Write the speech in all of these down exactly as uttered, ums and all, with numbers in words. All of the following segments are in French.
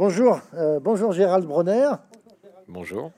Bonjour, euh, bonjour Gérald Bronner. Bonjour.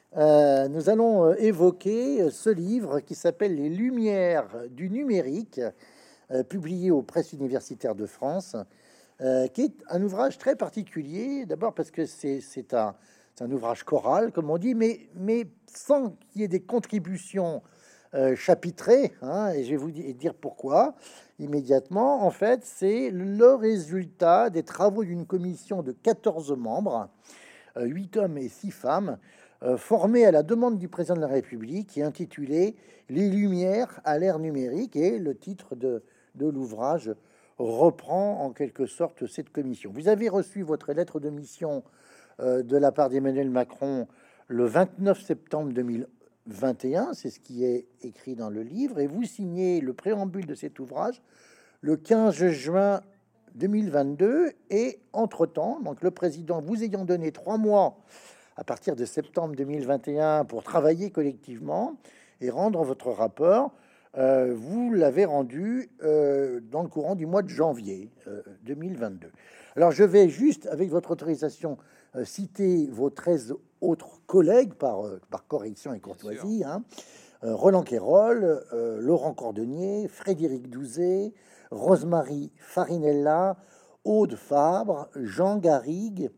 Euh, nous allons euh, évoquer ce livre qui s'appelle Les Lumières du numérique, euh, publié aux Presses universitaires de France, euh, qui est un ouvrage très particulier. D'abord parce que c'est c'est un, c'est un ouvrage choral, comme on dit, mais, mais sans qu'il y ait des contributions euh, chapitrées, hein, et je vais vous di- dire pourquoi immédiatement. En fait, c'est le résultat des travaux d'une commission de quatorze membres, euh, huit hommes et six femmes, euh, formés à la demande du président de la République et intitulé Les Lumières à l'ère numérique. Et le titre de, de l'ouvrage reprend en quelque sorte cette commission. Vous avez reçu votre lettre de mission euh, de la part d'Emmanuel Macron le vingt-neuf septembre deux mille vingt et un, c'est ce qui est écrit dans le livre, et vous signez le préambule de cet ouvrage le quinze juin deux mille vingt-deux, et entre-temps, donc le président vous ayant donné trois mois à partir de septembre deux mille vingt et un pour travailler collectivement et rendre votre rapport, euh, vous l'avez rendu euh, dans le courant du mois de janvier euh, deux mille vingt-deux. Alors je vais juste, avec votre autorisation, euh, citer vos treize autres collègues par, euh, par correction et courtoisie, hein. Euh, Roland Quérol, euh, Laurent Cordonnier, Frédéric Douzet, Rosemary Farinella, Aude Fabre, Jean Garrigue,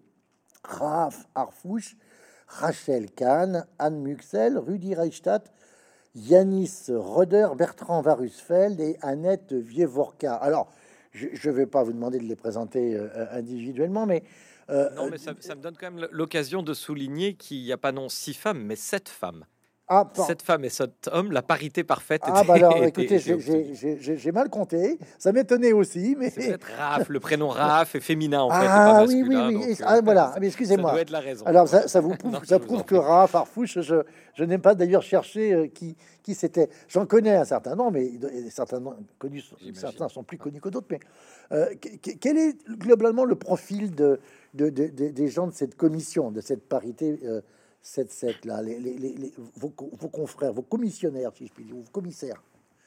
Raph Harfouche, Rachel Kahn, Anne Muxel, Rudi Reichstadt, Yanis Roder, Bertrand Warusfeld et Annette Vievorka. Alors, je ne vais pas vous demander de les présenter euh, individuellement, mais... Euh, non, mais ça, ça me donne quand même l'occasion de souligner qu'il n'y a pas non six femmes, mais sept femmes. Ah, sept femmes et sept hommes, la parité parfaite. Ah, était, bah alors, écoutez, j'ai mal compté. Ça m'étonnait aussi, mais c'est peut-être Raph. Le prénom Raph est féminin en fait. Ah oui, oui, oui. Donc, ah, euh, voilà. Mais excusez-moi. Ça doit être la raison. Alors, ça, ça vous prouve, non, ça prouve que Raph, Farfouche, je, je n'ai pas d'ailleurs cherché euh, qui, qui c'était. J'en connais un certain nombre, mais certains connus, certains sont plus connus que d'autres. Mais euh, quel est globalement le profil de, de, de, de, des gens de cette commission, de cette parité? Euh, sept sept là, les, les, les, les, vos, vos confrères, vos commissionnaires, si je puis dire, vos commissaires.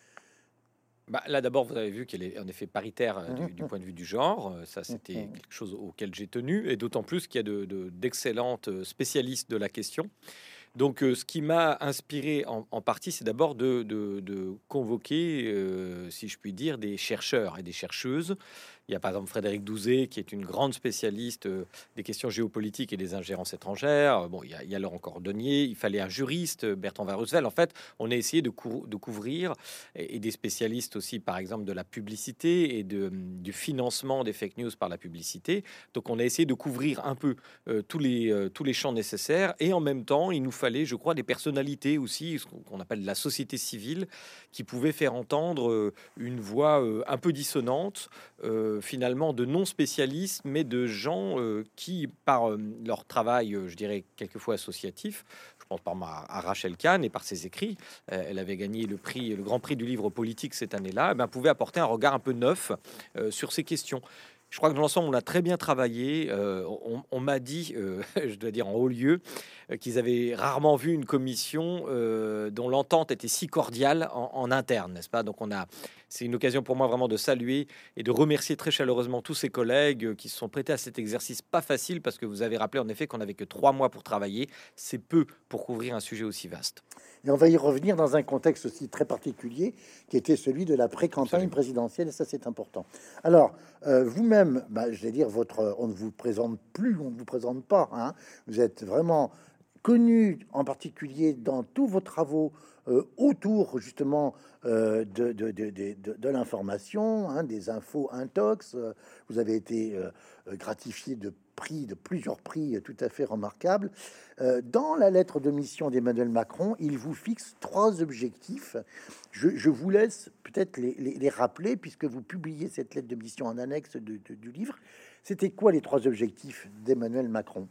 Bah, là, d'abord, vous avez vu qu'elle est en effet paritaire euh, du, du point de vue du genre. Ça, c'était quelque chose auquel j'ai tenu, et d'autant plus qu'il y a de, de, d'excellentes spécialistes de la question. Donc, euh, ce qui m'a inspiré en, en partie, c'est d'abord de, de, de convoquer, euh, si je puis dire, des chercheurs et des chercheuses. Il y a par exemple Frédéric Douzet, qui est une grande spécialiste euh, des questions géopolitiques et des ingérences étrangères. Bon, il y a, il y a Laurent Cordonnier, il fallait un juriste, Bertrand Warusfeld. En fait, on a essayé de, cou de couvrir, et, et des spécialistes aussi, par exemple, de la publicité et de, du financement des fake news par la publicité. Donc, on a essayé de couvrir un peu euh, tous, les, euh, tous les champs nécessaires. Et en même temps, il nous fallait, je crois, des personnalités aussi, ce qu'on appelle la société civile, qui pouvaient faire entendre euh, une voix euh, un peu dissonante, euh, finalement de non-spécialistes, mais de gens euh, qui, par euh, leur travail, euh, je dirais, quelquefois associatif, je pense par à, à Rachel Kahn et par ses écrits, euh, elle avait gagné le prix, le grand prix du livre politique cette année-là, eh ben, pouvait apporter un regard un peu neuf euh, sur ces questions. Je crois que dans l'ensemble, on a très bien travaillé. Euh, on on m'a dit, euh, je dois dire en haut lieu, euh, qu'ils avaient rarement vu une commission euh, dont l'entente était si cordiale en, en interne, n'est-ce pas? Donc, on a, c'est une occasion pour moi vraiment de saluer et de remercier très chaleureusement tous ces collègues euh, qui se sont prêtés à cet exercice pas facile, parce que vous avez rappelé en effet qu'on n'avait que trois mois pour travailler. C'est peu pour couvrir un sujet aussi vaste. Et on va y revenir dans un contexte aussi très particulier, qui était celui de la pré-campagne présidentielle, et ça c'est important. Alors, euh, vous-même, bah, je vais dire, votre, on ne vous présente plus, on ne vous présente pas, hein. Vous êtes vraiment connu, en particulier dans tous vos travaux euh, autour justement euh, de, de, de, de, de, de l'information, hein, des infos intox. Euh, vous avez été euh, gratifié de prix, de plusieurs prix tout à fait remarquables. Euh, dans la lettre de mission d'Emmanuel Macron, il vous fixe trois objectifs. Je, je vous laisse peut-être les, les, les rappeler, puisque vous publiez cette lettre de mission en annexe de, de, du livre. C'était quoi les trois objectifs d'Emmanuel Macron?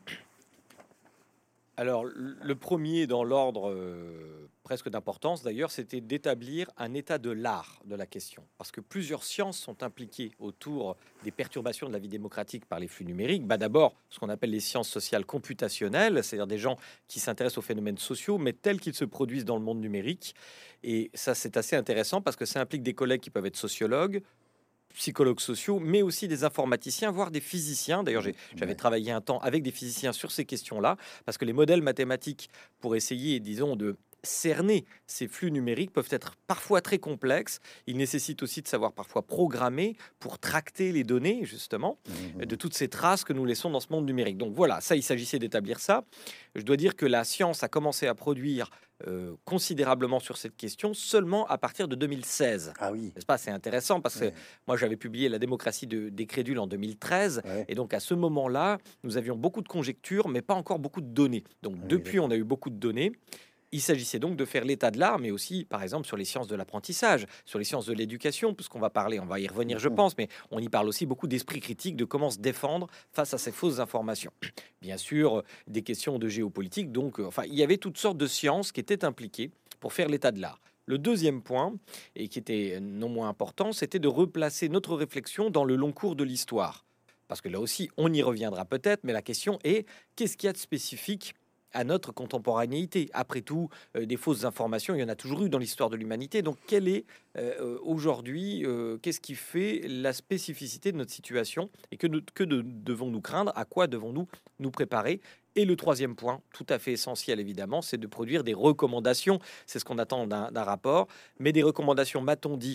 Alors, le premier dans l'ordre euh, presque d'importance d'ailleurs, c'était d'établir un état de l'art de la question. Parce que plusieurs sciences sont impliquées autour des perturbations de la vie démocratique par les flux numériques. Bah, d'abord, ce qu'on appelle les sciences sociales computationnelles, c'est-à-dire des gens qui s'intéressent aux phénomènes sociaux, mais tels qu'ils se produisent dans le monde numérique. Et ça, c'est assez intéressant parce que ça implique des collègues qui peuvent être sociologues, psychologues sociaux, mais aussi des informaticiens, voire des physiciens. D'ailleurs, j'ai- j'avais Ouais. travaillé un temps avec des physiciens sur ces questions-là, parce que les modèles mathématiques, pour essayer, disons, de cerner ces flux numériques, peuvent être parfois très complexes. Ils nécessitent aussi de savoir parfois programmer pour tracter les données, justement, Mhm. de toutes ces traces que nous laissons dans ce monde numérique. Donc voilà, ça, il s'agissait d'établir ça. Je dois dire que la science a commencé à produire euh, considérablement sur cette question seulement à partir de deux mille seize. Ah oui. N'est-ce pas? C'est intéressant parce que Ouais. moi, j'avais publié La démocratie de- des crédules en deux mille treize. Ouais. Et donc, à ce moment-là, nous avions beaucoup de conjectures, mais pas encore beaucoup de données. Donc, Oui, depuis, d'accord. on a eu beaucoup de données. Il s'agissait donc de faire l'état de l'art, mais aussi, par exemple, sur les sciences de l'apprentissage, sur les sciences de l'éducation, puisqu'on va parler, on va y revenir, je Mhm. pense, mais on y parle aussi beaucoup d'esprit critique, de comment se défendre face à ces fausses informations. Bien sûr, euh, des questions de géopolitique, donc, euh, enfin, il y avait toutes sortes de sciences qui étaient impliquées pour faire l'état de l'art. Le deuxième point, et qui était non moins important, c'était de replacer notre réflexion dans le long cours de l'histoire. Parce que là aussi, on y reviendra peut-être, mais la question est, qu'est-ce qu'il y a de spécifique à notre contemporanéité? Après tout, euh, des fausses informations, il y en a toujours eu dans l'histoire de l'humanité. Donc, quelle est euh, euh, aujourd'hui, euh, qu'est-ce qui fait la spécificité de notre situation et que, nous- que de- devons-nous craindre? À quoi devons-nous nous préparer? Et le troisième point, tout à fait essentiel évidemment, c'est de produire des recommandations. C'est ce qu'on attend d'un d'un rapport, mais des recommandations, m'a-t-on dit,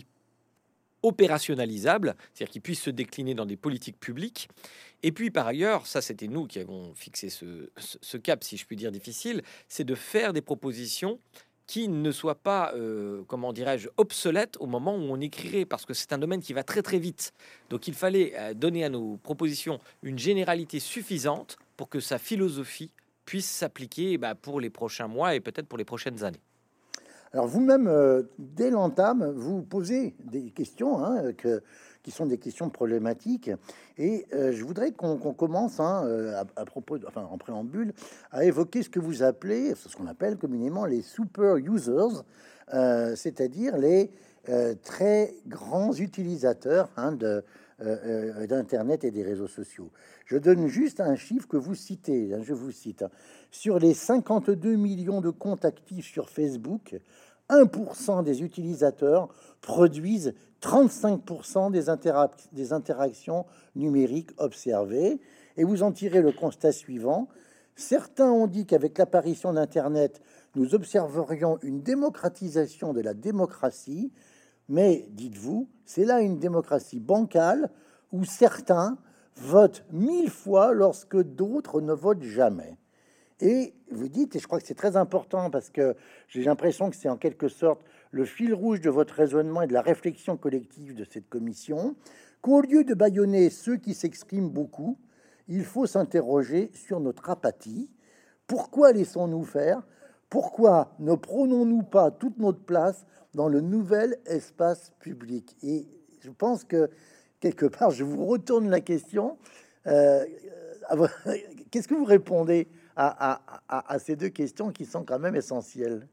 opérationnalisables, c'est-à-dire qui puissent se décliner dans des politiques publiques. Et puis par ailleurs, ça c'était nous qui avons fixé ce, ce- ce cap, si je puis dire difficile, c'est de faire des propositions qui ne soient pas, euh, comment dirais-je, obsolètes au moment où on écrirait, parce que c'est un domaine qui va très très vite. Donc il fallait euh, donner à nos propositions une généralité suffisante pour que sa philosophie puisse s'appliquer bah, pour les prochains mois et peut-être pour les prochaines années. Alors vous-même, euh, dès l'entame, vous posez des questions hein, que, qui sont des questions problématiques. Et euh, je voudrais qu'on qu'on commence hein, euh, à, à propos, de- enfin en préambule, à évoquer ce que vous appelez, ce qu'on appelle communément les super users, euh, c'est-à-dire les euh, très grands utilisateurs hein, de, euh, euh, d'Internet et des réseaux sociaux. Je donne juste un chiffre que vous citez, hein, je vous cite. Hein. Sur les cinquante-deux millions de comptes actifs sur Facebook, un pour cent des utilisateurs produisent trente-cinq pour cent des, interac- des interactions numériques observées. Et vous en tirez le constat suivant. Certains ont dit qu'avec l'apparition d'Internet, nous observerions une démocratisation de la démocratie. Mais dites-vous, c'est là une démocratie bancale où certains votent mille fois lorsque d'autres ne votent jamais. Et vous dites, et je crois que c'est très important parce que j'ai l'impression que c'est en quelque sorte le fil rouge de votre raisonnement et de la réflexion collective de cette commission, qu'au lieu de bâillonner ceux qui s'expriment beaucoup, il faut s'interroger sur notre apathie. Pourquoi laissons-nous faire? Pourquoi ne prenons-nous pas toute notre place dans le nouvel espace public? Et je pense que quelque part, je vous retourne la question. Euh, à vo- Qu'est-ce que vous répondez à, à- à- à ces deux questions qui sont quand même essentielles?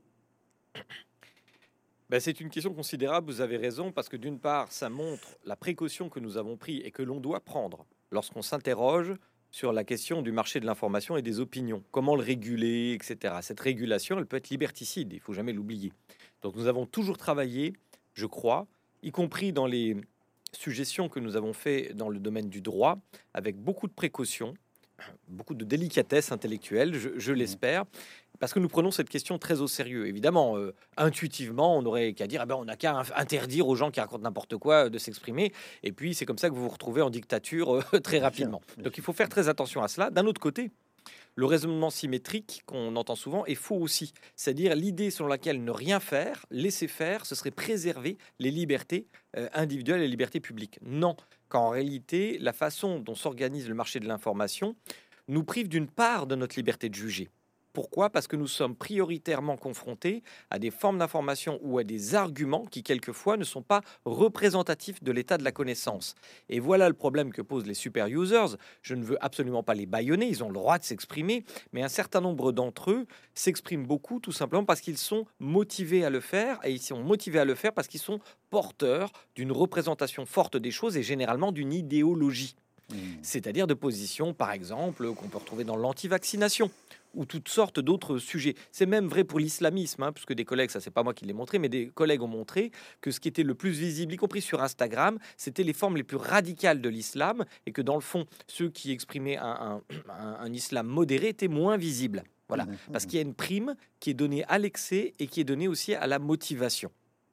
Ben, c'est une question considérable, vous avez raison, parce que d'une part, ça montre la précaution que nous avons prise et que l'on doit prendre lorsqu'on s'interroge sur la question du marché de l'information et des opinions. Comment le réguler, et cetera. Cette régulation, elle peut être liberticide, il faut jamais l'oublier. Donc nous avons toujours travaillé, je crois, y compris dans les suggestions que nous avons fait dans le domaine du droit, avec beaucoup de précautions, beaucoup de délicatesse intellectuelle, je, je Mhm. l'espère, parce que nous prenons cette question très au sérieux. Évidemment, euh, intuitivement, on n'aurait qu'à dire, ah ben, on n'a qu'à inf- interdire aux gens qui racontent n'importe quoi euh, de s'exprimer, et puis c'est comme ça que vous vous retrouvez en dictature euh, très Bien sûr, rapidement. bien Donc il sûr. faut faire très attention à cela. D'un autre côté, le raisonnement symétrique qu'on entend souvent est faux aussi. C'est-à-dire l'idée selon laquelle ne rien faire, laisser faire, ce serait préserver les libertés euh, individuelles et les libertés publiques. Non, qu'en réalité, la façon dont s'organise le marché de l'information nous prive d'une part de notre liberté de juger. Pourquoi? Parce que nous sommes prioritairement confrontés à des formes d'information ou à des arguments qui, quelquefois, ne sont pas représentatifs de l'état de la connaissance. Et voilà le problème que posent les super users. Je ne veux absolument pas les bâillonner, ils ont le droit de s'exprimer, mais un certain nombre d'entre eux s'expriment beaucoup tout simplement parce qu'ils sont motivés à le faire, et ils sont motivés à le faire parce qu'ils sont porteurs d'une représentation forte des choses et généralement d'une idéologie. c'est-à-dire de positions, par exemple, qu'on peut retrouver dans l'anti-vaccination ou toutes sortes d'autres sujets. C'est même vrai pour l'islamisme, hein, puisque des collègues, ça c'est pas moi qui l'ai montré, mais des collègues ont montré que ce qui était le plus visible, y compris sur Instagram, c'était les formes les plus radicales de l'islam, et que dans le fond, ceux qui exprimaient un, un, un, un islam modéré étaient moins visibles. Voilà, parce qu'il y a une prime qui est donnée à l'excès et qui est donnée aussi à la motivation.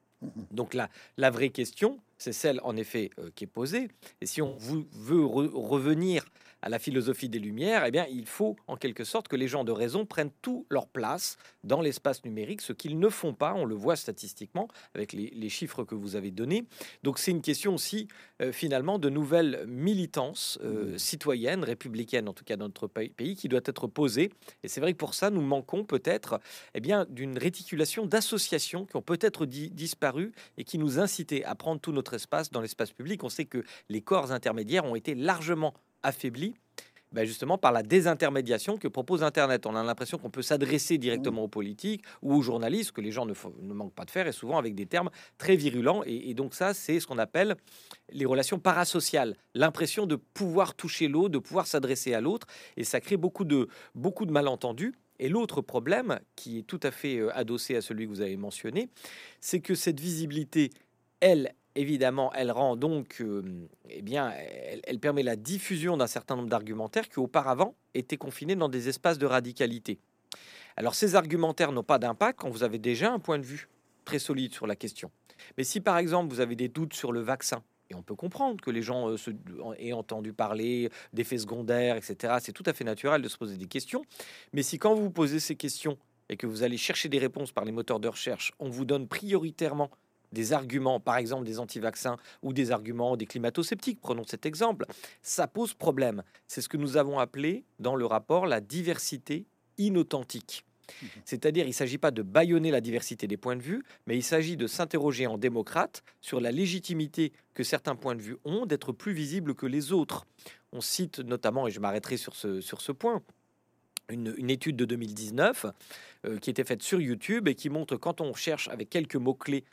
Donc la, la vraie question, c'est celle en effet euh, qui est posée. Et si on vou- veut re- revenir à la philosophie des Lumières, eh bien, il faut en quelque sorte que les gens de raison prennent tout leur place dans l'espace numérique, ce qu'ils ne font pas. On le voit statistiquement avec les, les chiffres que vous avez donnés. Donc c'est une question aussi euh, finalement de nouvelle militance euh, citoyenne, républicaine en tout cas dans notre pays, pays, qui doit être posée. Et c'est vrai que pour ça, nous manquons peut-être eh bien d'une réticulation d'associations qui ont peut-être di- disparu et qui nous incitaient à prendre tout notre espace dans l'espace public. On sait que les corps intermédiaires ont été largement affaiblis, ben justement par la désintermédiation que propose Internet. On a l'impression qu'on peut s'adresser directement aux politiques ou aux journalistes, que les gens ne, font- ne manquent pas de faire, et souvent avec des termes très virulents. Et, et donc ça, c'est ce qu'on appelle les relations parasociales, l'impression de pouvoir toucher l'autre, de pouvoir s'adresser à l'autre, et ça crée beaucoup de, beaucoup de malentendus. Et l'autre problème, qui est tout à fait euh, adossé à celui que vous avez mentionné, c'est que cette visibilité, elle, évidemment, elle rend donc, euh, eh bien, elle, elle permet la diffusion d'un certain nombre d'argumentaires qui auparavant étaient confinés dans des espaces de radicalité. Alors ces argumentaires n'ont pas d'impact quand vous avez déjà un point de vue très solide sur la question. Mais si par exemple vous avez des doutes sur le vaccin, et on peut comprendre que les gens euh, se, aient entendu parler d'effets secondaires, et cetera, c'est tout à fait naturel de se poser des questions. Mais si quand vous vous posez ces questions et que vous allez chercher des réponses par les moteurs de recherche, on vous donne prioritairement des arguments, par exemple des anti-vaccins ou des arguments des climato-sceptiques, prenons cet exemple, ça pose problème. C'est ce que nous avons appelé dans le rapport la diversité inauthentique. C'est-à-dire, il ne s'agit pas de bâillonner la diversité des points de vue, mais il s'agit de s'interroger en démocrate sur la légitimité que certains points de vue ont d'être plus visibles que les autres. On cite notamment, et je m'arrêterai sur ce, sur ce point, une, une étude de deux mille dix-neuf euh, qui était faite sur YouTube et qui montre quand on cherche avec quelques mots-clés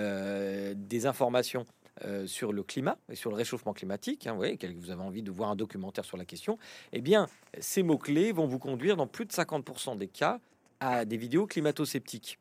euh, des informations euh, sur le climat et sur le réchauffement climatique, hein, vous voyez, quel- vous avez envie de voir un documentaire sur la question, eh bien, ces mots-clés vont vous conduire dans plus de cinquante pour cent des cas à des vidéos climato-sceptiques.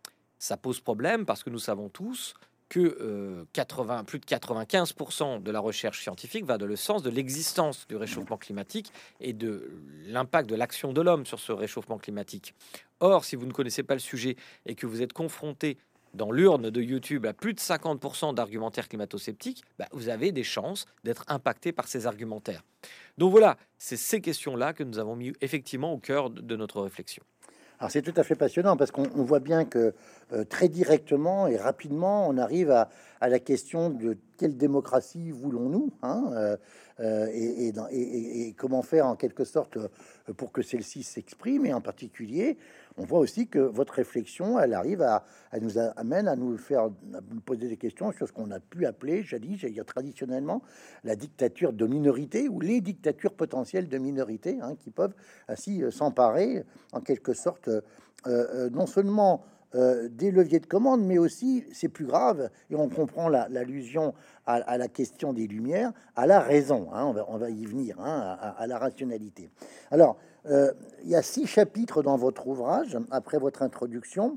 Ça pose problème parce que nous savons tous que euh, quatre-vingts, plus de quatre-vingt-quinze pour cent de la recherche scientifique va dans le sens de l'existence du réchauffement climatique et de l'impact de l'action de l'homme sur ce réchauffement climatique. Or, si vous ne connaissez pas le sujet et que vous êtes confronté dans l'urne de YouTube à plus de cinquante pour cent d'argumentaires climato-sceptiques, bah, vous avez des chances d'être impacté par ces argumentaires. Donc voilà, c'est ces questions-là que nous avons mis effectivement au cœur de de notre réflexion. Alors c'est tout à fait passionnant parce qu'on on voit bien que euh, très directement et rapidement, on arrive à, à la question de quelle démocratie voulons-nous, hein, euh, euh, et, et, dans- et- et- et comment faire en quelque sorte euh, pour que celle-ci s'exprime. Et en particulier, on voit aussi que votre réflexion, elle arrive à, à nous a- amène à nous faire à nous poser des questions sur ce qu'on a pu appeler, jadis, j'allais dire traditionnellement, la dictature de minorité ou les dictatures potentielles de minorité, hein, qui peuvent ainsi euh, s'emparer en quelque sorte euh, euh, non seulement euh, des leviers de commande, mais aussi, c'est plus grave, et on comprend la- l'allusion à, à la question des Lumières, à la raison, hein, on, va, on va y venir, hein, à, à la rationalité. Alors, euh, il y a six chapitres dans votre ouvrage, après votre introduction,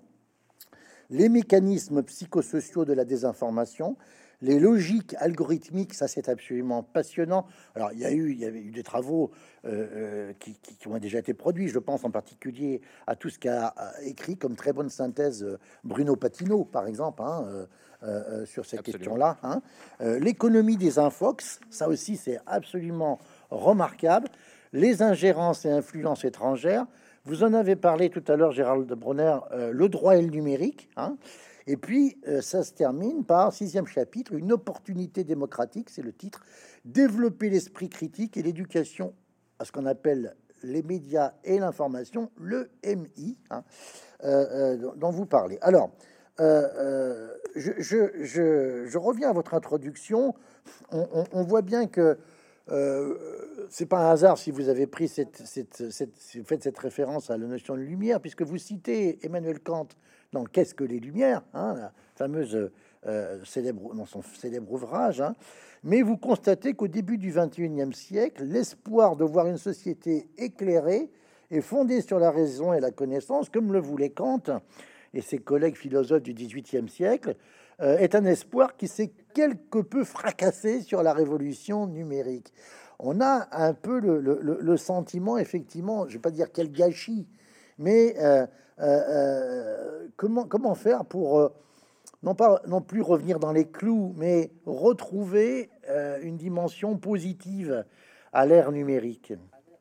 les mécanismes psychosociaux de la désinformation, les logiques algorithmiques, ça c'est absolument passionnant. Alors il y a eu, il y avait eu des travaux euh, euh, qui, qui- qui ont déjà été produits. Je pense en particulier à tout ce qu'a euh, écrit comme très bonne synthèse euh, Bruno Patino, par exemple, hein, euh, euh, euh, sur cette Absolument. question-là. Hein. Euh, l'économie des infox, ça aussi c'est absolument remarquable. Les ingérences et influences étrangères. Vous en avez parlé tout à l'heure, Gérald de Bronner, euh, le droit et le numérique. Hein. Et puis, euh, ça se termine par sixième chapitre, une opportunité démocratique, c'est le titre, développer l'esprit critique et l'éducation à ce qu'on appelle les médias et l'information, le M I, hein, euh, euh, dont vous parlez. Alors, euh, euh, je, je, je, je reviens à votre introduction. On, on- on voit bien que euh, c'est pas un hasard si vous avez pris cette, cette, cette- si vous faites cette référence à la notion de lumière, puisque vous citez Emmanuel Kant dans Qu'est-ce que les Lumières, hein, la fameuse euh, célèbre, dans son célèbre ouvrage, hein. Mais vous constatez qu'au début du vingt et unième siècle, l'espoir de voir une société éclairée et fondée sur la raison et la connaissance, comme le voulait Kant et ses collègues philosophes du dix-huitième siècle, euh, est un espoir qui s'est quelque peu fracassé sur la révolution numérique. On a un peu le, le, le sentiment, effectivement, je ne vais pas dire quel gâchis, mais euh, euh, euh, comment, comment faire pour... Euh, non pas non plus revenir dans les clous, mais retrouver euh, une dimension positive à l'ère numérique.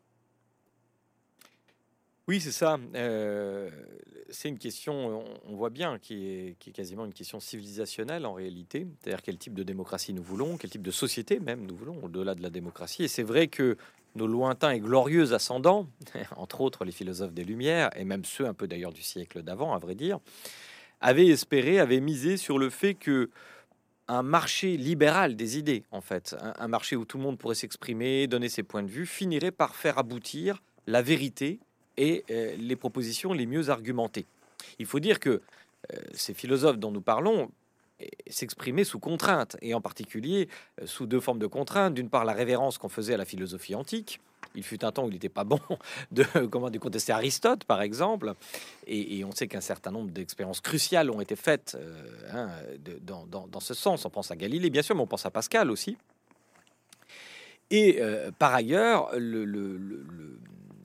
Oui, c'est ça. Euh, c'est une question, on, on voit bien, qui est, qui est quasiment une question civilisationnelle en réalité. C'est-à-dire quel type de démocratie nous voulons, quel type de société même nous voulons, au-delà de la démocratie. Et c'est vrai que nos lointains et glorieux ascendants, entre autres les philosophes des Lumières, et même ceux un peu d'ailleurs du siècle d'avant, à vrai dire, avait espéré, avait misé sur le fait que un marché libéral des idées, en fait, un, un marché où tout le monde pourrait s'exprimer, donner ses points de vue, finirait par faire aboutir la vérité et euh, les propositions les mieux argumentées. Il faut dire que euh, ces philosophes dont nous parlons euh, s'exprimaient sous contrainte, et en particulier euh, sous deux formes de contraintes. D'une part, la révérence qu'on faisait à la philosophie antique. Il fut un temps où il n'était pas bon de, comment, de contester Aristote, par exemple, et, et on sait qu'un certain nombre d'expériences cruciales ont été faites euh, hein, de, dans, dans, dans ce sens. On pense à Galilée, bien sûr, mais on pense à Pascal aussi. Et euh, par ailleurs, le, le, le, le,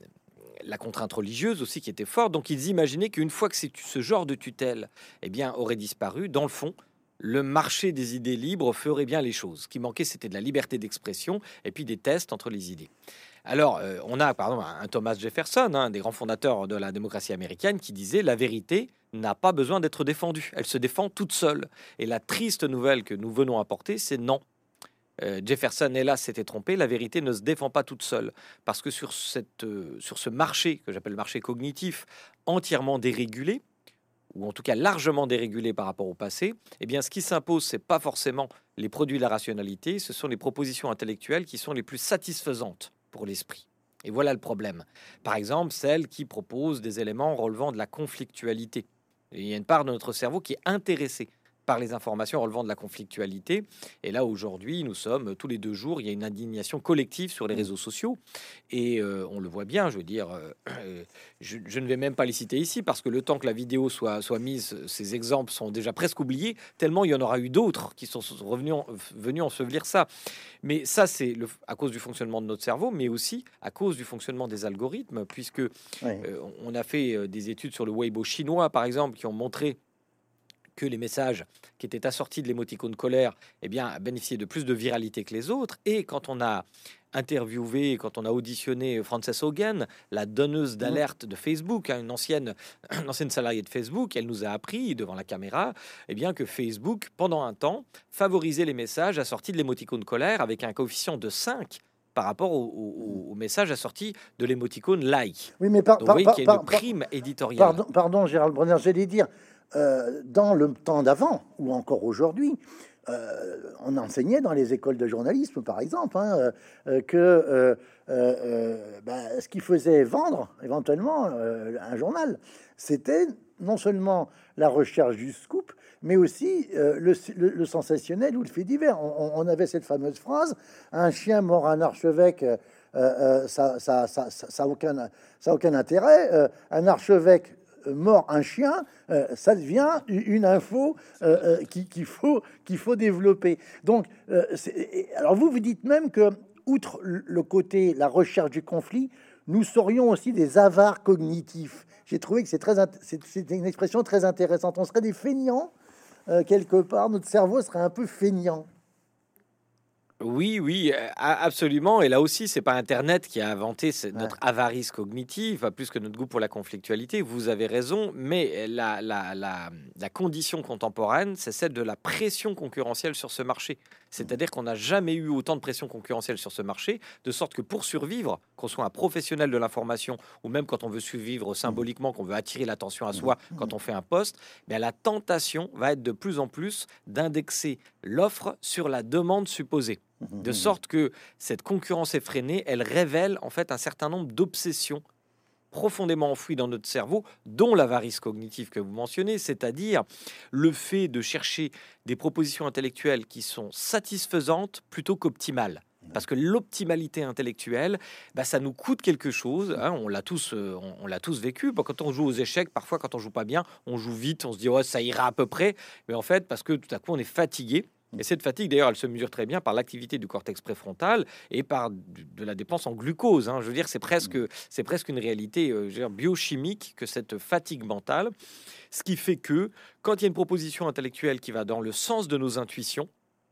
la contrainte religieuse aussi qui était forte. Donc ils imaginaient qu'une fois que c'est ce genre de tutelle eh bien, aurait disparu, dans le fond, le marché des idées libres ferait bien les choses. Ce qui manquait, c'était de la liberté d'expression et puis des tests entre les idées. Alors, euh, on a, pardon, un Thomas Jefferson, un des grands fondateurs de la démocratie américaine, qui disait « La vérité n'a pas besoin d'être défendue. Elle se défend toute seule. » Et la triste nouvelle que nous venons apporter, c'est non. Euh, Jefferson, hélas, s'était trompé. La vérité ne se défend pas toute seule. Parce que sur, cette, euh, sur ce marché, que j'appelle le marché cognitif, entièrement dérégulé, ou en tout cas largement dérégulé par rapport au passé, eh bien, ce qui s'impose, c'est pas forcément les produits de la rationalité, ce sont les propositions intellectuelles qui sont les plus satisfaisantes pour l'esprit. Et voilà le problème. Par exemple, celles qui proposent des éléments relevant de la conflictualité. Et il y a une part de notre cerveau qui est intéressée par les informations relevant de la conflictualité. Et là, aujourd'hui, nous sommes tous les deux jours, il y a une indignation collective sur les réseaux sociaux. Et euh, on le voit bien, je veux dire, euh, je, je ne vais même pas les citer ici, parce que le temps que la vidéo soit, soit mise, ces exemples sont déjà presque oubliés, tellement il y en aura eu d'autres qui sont revenus, venus ensevelir ça. Mais ça, c'est le, à cause du fonctionnement de notre cerveau, mais aussi à cause du fonctionnement des algorithmes, puisque oui. euh, on a fait des études sur le Weibo chinois, par exemple, qui ont montré que les messages qui étaient assortis de l'émoticône colère eh bien, bénéficiaient de plus de viralité que les autres. Et quand on a interviewé, quand on a auditionné Frances Haugen, la donneuse d'alerte de Facebook, hein, une, ancienne, une ancienne salariée de Facebook, elle nous a appris devant la caméra eh bien, que Facebook, pendant un temps, favorisait les messages assortis de l'émoticône colère avec un coefficient de cinq par rapport au, au, au message assorti de l'émoticône like. Oui, mais par, Donc, par, vous voyez par, qu'il y a une par, prime éditoriale. Pardon, pardon Gérald Bronner, j'allais dire, euh, dans le temps d'avant, ou encore aujourd'hui, euh, on enseignait dans les écoles de journalisme, par exemple, hein, euh, que euh, euh, bah, ce qui faisait vendre éventuellement euh, un journal, c'était non seulement la recherche du scoop, mais aussi euh, le, le, le sensationnel ou le fait divers. On, on avait cette fameuse phrase, un chien mord un archevêque, euh, euh, ça, ça, ça, ça, ça a aucun, ça a aucun intérêt. Euh, un archevêque mort un chien, euh, ça devient une info euh, qu'il qui faut, qu'il faut développer. Donc, euh, alors vous, vous dites même que, outre le côté, la recherche du conflit, nous serions aussi des avares cognitifs. J'ai trouvé que c'est très, c'est une expression très intéressante. On serait des feignants, euh, quelque part, notre cerveau serait un peu feignant. Oui, oui, absolument. Et là aussi, c'est pas Internet qui a inventé notre ouais. avarice cognitive, pas plus que notre goût pour la conflictualité. Vous avez raison, mais la, la, la, la condition contemporaine, c'est celle de la pression concurrentielle sur ce marché. C'est-à-dire qu'on n'a jamais eu autant de pression concurrentielle sur ce marché, de sorte que pour survivre, qu'on soit un professionnel de l'information, ou même quand on veut survivre symboliquement, qu'on veut attirer l'attention à soi quand on fait un poste, bien la tentation va être de plus en plus d'indexer l'offre sur la demande supposée. De sorte que cette concurrence effrénée, elle révèle en fait un certain nombre d'obsessions profondément enfoui dans notre cerveau, dont l'avarice cognitive que vous mentionnez, c'est-à-dire le fait de chercher des propositions intellectuelles qui sont satisfaisantes plutôt qu'optimales. Parce que l'optimalité intellectuelle, bah, ça nous coûte quelque chose. Hein, on l'a tous, euh, on, on l'a tous vécu. Bah, quand on joue aux échecs, parfois, quand on joue pas bien, on joue vite, on se dit ouais, ça ira à peu près. Mais en fait, parce que tout à coup, on est fatigué. Et cette fatigue, d'ailleurs, elle se mesure très bien par l'activité du cortex préfrontal et par du- de la dépense en glucose. Hein. Je veux dire, c'est presque, c'est presque une réalité euh, je veux dire, biochimique que cette fatigue mentale. Ce qui fait que quand il y a une proposition intellectuelle qui va dans le sens de nos intuitions,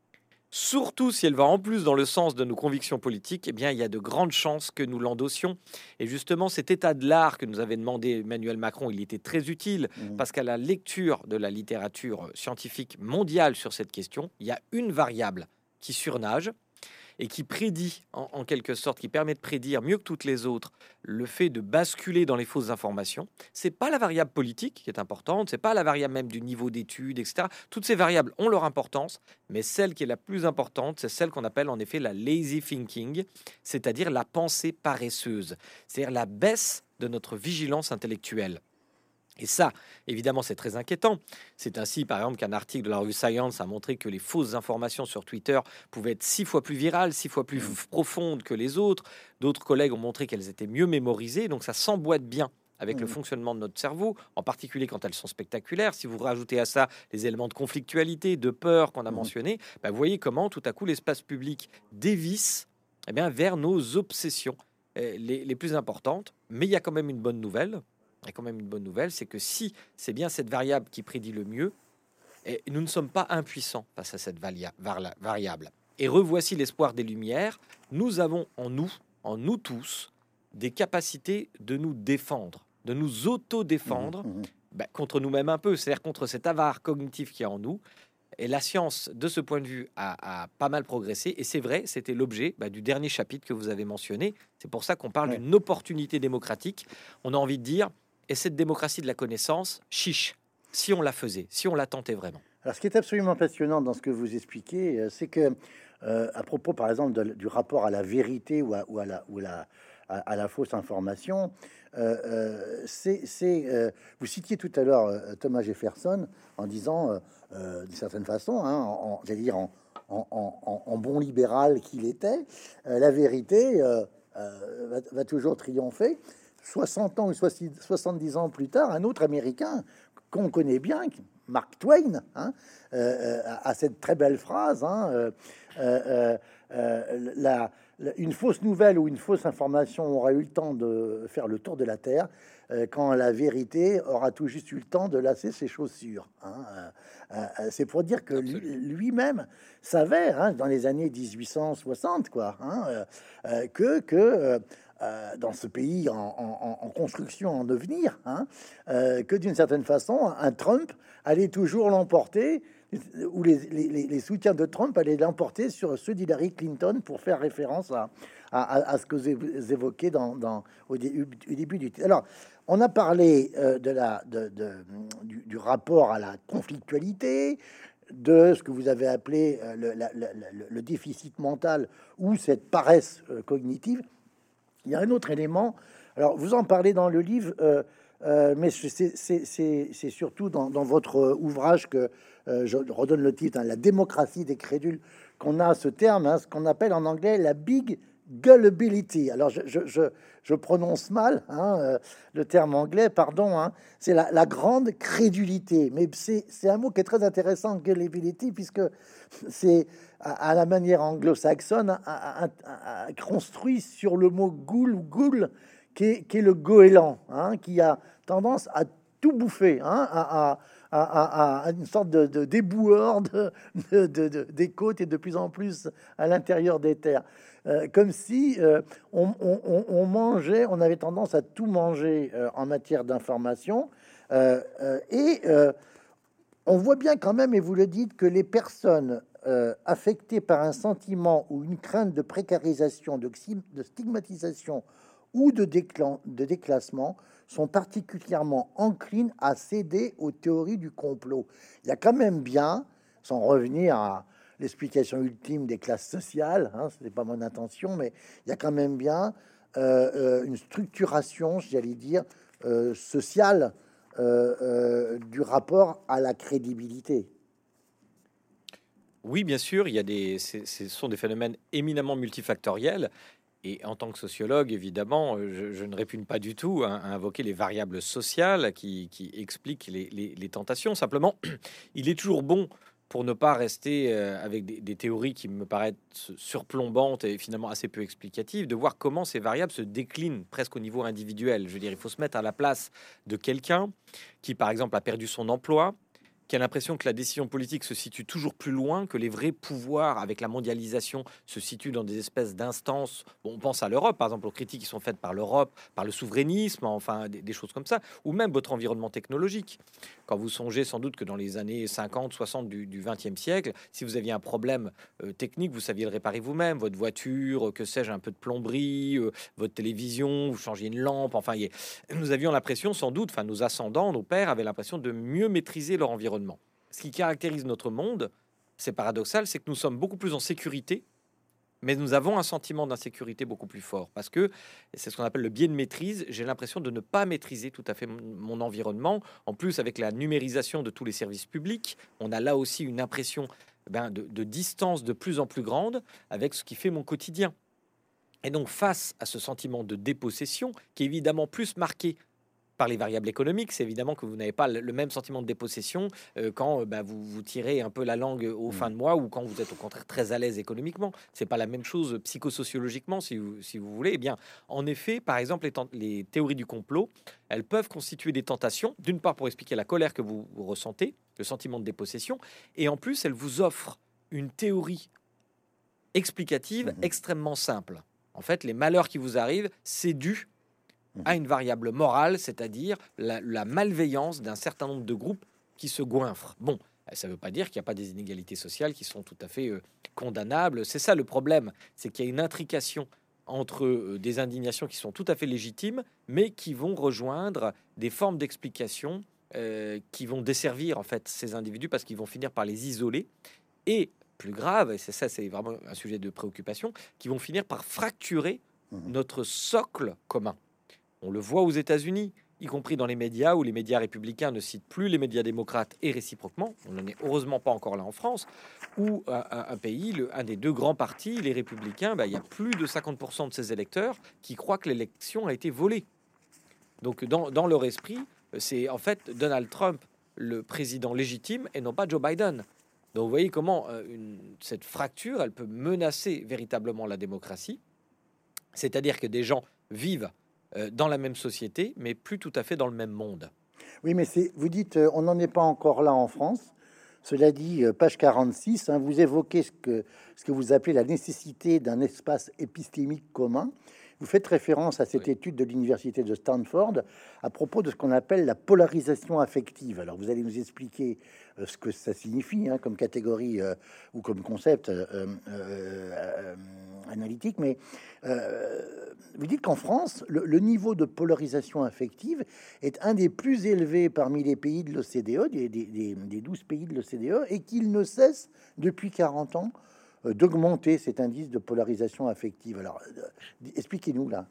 surtout si elle va en plus dans le sens de nos convictions politiques, eh bien, il y a de grandes chances que nous l'endossions. Et justement, cet état de l'art que nous avait demandé Emmanuel Macron, il était très utile Mhm. parce qu'à la lecture de la littérature scientifique mondiale sur cette question, il y a une variable qui surnage et qui prédit, en, en quelque sorte, qui permet de prédire mieux que toutes les autres le fait de basculer dans les fausses informations. C'est pas la variable politique qui est importante, c'est pas la variable même du niveau d'études, et cetera. Toutes ces variables ont leur importance, mais celle qui est la plus importante, c'est celle qu'on appelle en effet la lazy thinking, c'est-à-dire la pensée paresseuse, c'est-à-dire la baisse de notre vigilance intellectuelle. Et ça, évidemment, c'est très inquiétant. C'est ainsi, par exemple, qu'un article de la revue Science a montré que les fausses informations sur Twitter pouvaient être six fois plus virales, six fois plus f- profondes que les autres. D'autres collègues ont montré qu'elles étaient mieux mémorisées. Donc, ça s'emboîte bien avec le Mhm. fonctionnement de notre cerveau, en particulier quand elles sont spectaculaires. Si vous rajoutez à ça les éléments de conflictualité, de peur qu'on a Mhm. mentionnés, bah, vous voyez comment, tout à coup, l'espace public dévisse eh bien, vers nos obsessions euh, les, les plus importantes. Mais il y a quand même une bonne nouvelle. Il y a quand même une bonne nouvelle, c'est que si c'est bien cette variable qui prédit le mieux, et nous ne sommes pas impuissants face à cette valia- varla- variable. Et revoici l'espoir des Lumières. Nous avons en nous, en nous tous, des capacités de nous défendre, de nous Mhm. auto-défendre Mhm. bah, contre nous-mêmes un peu, c'est-à-dire contre cet avare cognitif qui est en nous. Et la science, de ce point de vue, a, a pas mal progressé. Et c'est vrai, c'était l'objet bah, du dernier chapitre que vous avez mentionné. C'est pour ça qu'on parle Ouais. d'une opportunité démocratique. On a envie de dire, et cette démocratie de la connaissance, chiche, si on la faisait, si on la tentait vraiment. Alors, ce qui est absolument passionnant dans ce que vous expliquez, euh, c'est que, euh, à propos, par exemple, de- du rapport à la vérité ou à, ou à la, ou la, à, à la fausse information, euh, euh, c'est, c'est, euh, vous citiez tout à l'heure euh, Thomas Jefferson en disant, euh, euh, d'une certaine façon, hein, en, en- j'allais dire en, en- en- en- en bon libéral qu'il était, euh, la vérité euh, euh, va, va toujours triompher. soixante ans ou soixante-dix ans plus tard, un autre Américain qu'on connaît bien, Mark Twain, hein, euh, a cette très belle phrase, hein, euh, euh, euh, la, la- une fausse nouvelle ou une fausse information aura eu le temps de faire le tour de la Terre, euh, quand la vérité aura tout juste eu le temps de lasser ses chaussures. Hein. Euh, euh, c'est pour dire que lui- Absolument. lui-même savait, hein, dans les années mille huit cent soixante, quoi, hein, euh, euh, que, que euh, euh, dans ce pays en, en- en construction, en devenir, hein, euh, que d'une certaine façon, un Trump allait toujours l'emporter, ou les, les- les- les soutiens de Trump allaient l'emporter sur ceux d'Hillary Clinton, pour faire référence à, à- à- à ce que vous évoquez dans, dans- au, dé- au début du titre. Alors, on a parlé euh, de la, de- de- du, du rapport à la conflictualité, de ce que vous avez appelé euh, le, la- la- la- le déficit mental ou cette paresse euh, cognitive. Il y a un autre élément. Alors, vous en parlez dans le livre, euh, euh, mais c'est c'est- c'est- c'est surtout dans, dans votre ouvrage que euh, je redonne le titre, hein, La démocratie des crédules, qu'on a ce terme, hein, ce qu'on appelle en anglais la big gullibility. Alors, je, je- je- je prononce mal, hein, euh, le terme anglais, pardon, hein, c'est la, la grande crédulité. Mais c'est c'est un mot qui est très intéressant, gullibility, puisque c'est à, à la manière anglo-saxonne, à- à- à- à- construit sur le mot ghoul ou ghoul, qui est, qui est le goéland, hein, qui a tendance à tout bouffer, hein, à, à- à- à- à une sorte de, de déboueur de, de- de- de- des côtes et de plus en plus à l'intérieur des terres. Euh, comme si euh, on, on- on- on mangeait, on avait tendance à tout manger euh, en matière d'information. Euh, euh, et euh, on voit bien quand même, et vous le dites, que les personnes euh, affectées par un sentiment ou une crainte de précarisation, de, xi- de stigmatisation ou de, déclan- de déclassement sont particulièrement enclines à céder aux théories du complot. Il y a quand même bien, sans revenir à l'explication ultime des classes sociales, hein, ce n'est pas mon intention, mais il y a quand même bien euh, euh, une structuration, j'allais dire, euh, sociale euh, euh, du rapport à la crédibilité. Oui, bien sûr, il y a des, c'est- ce sont des phénomènes éminemment multifactoriels. Et en tant que sociologue, évidemment, euh, je, je ne répugne pas du tout à, à invoquer les variables sociales qui, qui expliquent les, les- les tentations. Simplement, il est toujours bon, pour ne pas rester euh, avec des, des théories qui me paraissent surplombantes et finalement assez peu explicatives, de voir comment ces variables se déclinent presque au niveau individuel. Je veux dire, il faut se mettre à la place de quelqu'un qui, par exemple, a perdu son emploi, qui a l'impression que la décision politique se situe toujours plus loin, que les vrais pouvoirs avec la mondialisation se situent dans des espèces d'instances. Bon, on pense à l'Europe, par exemple, aux critiques qui sont faites par l'Europe, par le souverainisme, enfin des, des choses comme ça, ou même votre environnement technologique. Quand vous songez sans doute que dans les années cinquante, soixante du, du vingtième siècle, si vous aviez un problème euh, technique, vous saviez le réparer vous-même, votre voiture, euh, que sais-je, un peu de plomberie, euh, votre télévision, vous changiez une lampe, enfin, y est- nous avions l'impression sans doute, enfin nos ascendants, nos pères avaient l'impression de mieux maîtriser leur environnement. Ce qui caractérise notre monde, c'est paradoxal, c'est que nous sommes beaucoup plus en sécurité, mais nous avons un sentiment d'insécurité beaucoup plus fort parce que c'est ce qu'on appelle le biais de maîtrise. J'ai l'impression de ne pas maîtriser tout à fait mon, mon environnement. En plus, avec la numérisation de tous les services publics, on a là aussi une impression ben, de, de distance de plus en plus grande avec ce qui fait mon quotidien. Et donc, face à ce sentiment de dépossession, qui est évidemment plus marqué par les variables économiques, c'est évidemment que vous n'avez pas le le même sentiment de dépossession euh, quand euh, bah, vous vous tirez un peu la langue au fin Mmh. de mois ou quand vous êtes au contraire très à l'aise économiquement. C'est pas la même chose psychosociologiquement, si vous, si vous voulez. Eh bien, en effet, par exemple, les, ten- les théories du complot, elles peuvent constituer des tentations, d'une part pour expliquer la colère que vous, vous ressentez, le sentiment de dépossession, et en plus, elles vous offrent une théorie explicative Mmh. extrêmement simple. En fait, les malheurs qui vous arrivent, c'est dû à Mmh. une variable morale, c'est-à-dire la, la malveillance d'un certain nombre de groupes qui se goinfrent. Bon, ça ne veut pas dire qu'il n'y a pas des inégalités sociales qui sont tout à fait euh, condamnables. C'est ça le problème, c'est qu'il y a une intrication entre euh, des indignations qui sont tout à fait légitimes, mais qui vont rejoindre des formes d'explication euh, qui vont desservir en fait ces individus parce qu'ils vont finir par les isoler et plus grave, et c'est ça, c'est vraiment un sujet de préoccupation, qui vont finir par fracturer Mmh. notre socle commun. On le voit aux États-Unis, y compris dans les médias, où les médias républicains ne citent plus les médias démocrates et réciproquement. On n'en est heureusement pas encore là en France, où un, un- un pays, le- un des deux grands partis, les républicains, bah, il y a plus de cinquante pour cent de ses électeurs qui croient que l'élection a été volée. Donc dans, dans leur esprit, c'est en fait Donald Trump, le président légitime, et non pas Joe Biden. Donc vous voyez comment euh, une- cette fracture, elle peut menacer véritablement la démocratie. C'est-à-dire que des gens vivent euh, dans la même société, mais plus tout à fait dans le même monde. Oui, mais c'est, vous dites, euh, on n'en est pas encore là en France. Cela dit, euh, page quarante-six, hein, vous évoquez ce que, ce que vous appelez la nécessité d'un espace épistémique commun. Vous faites référence à cette Oui. étude de l'université de Stanford à propos de ce qu'on appelle la polarisation affective. Alors, vous allez nous expliquer euh, ce que ça signifie hein, comme catégorie euh, ou comme concept euh, euh, euh, analytique, mais euh, vous dites qu'en France, le, le niveau de polarisation affective est un des plus élevés parmi les pays de l'O C D E, des, des, des- des douze pays de l'O C D E, et qu'il ne cesse depuis quarante ans euh, d'augmenter cet indice de polarisation affective. Alors, euh, expliquez-nous là.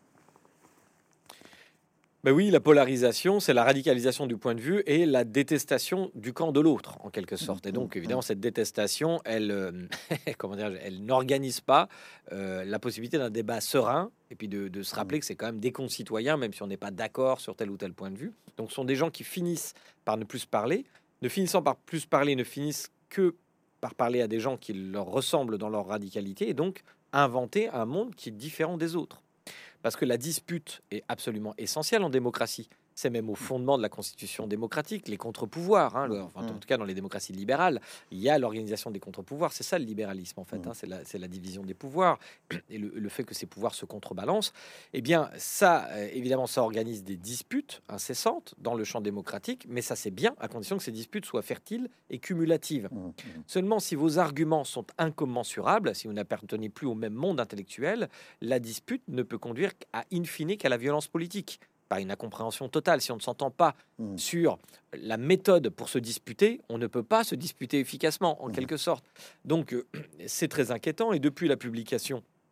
Ben oui, la polarisation, c'est la radicalisation du point de vue et la détestation du camp de l'autre, en quelque sorte. Et donc, évidemment, cette détestation, elle, euh, comment dire, elle n'organise pas euh, la possibilité d'un débat serein et puis de, de se rappeler que c'est quand même des concitoyens, même si on n'est pas d'accord sur tel ou tel point de vue. Donc, ce sont des gens qui finissent par ne plus se parler, ne finissant par plus parler, ne finissent que par parler à des gens qui leur ressemblent dans leur radicalité et donc inventer un monde qui est différent des autres. Parce que la dispute est absolument essentielle en démocratie. C'est même au fondement de la constitution démocratique, les contre-pouvoirs. Hein, le- enfin, en tout cas, dans les démocraties libérales, il y a l'organisation des contre-pouvoirs. C'est ça le libéralisme, en fait. Hein, c'est la, c'est la division des pouvoirs et le, le fait que ces pouvoirs se contrebalancent. Eh bien, ça, euh, évidemment, ça organise des disputes incessantes dans le champ démocratique, mais ça, c'est bien à condition que ces disputes soient fertiles et cumulatives. Seulement, si vos arguments sont incommensurables, si vous n'appartenez plus au même monde intellectuel, la dispute ne peut conduire à in fine qu'à la violence politique, par une incompréhension totale. Si on ne s'entend pas Mmh. sur la méthode pour se disputer, on ne peut pas se disputer efficacement, en Mmh. quelque sorte. Donc, euh, c'est très inquiétant. Et depuis la publication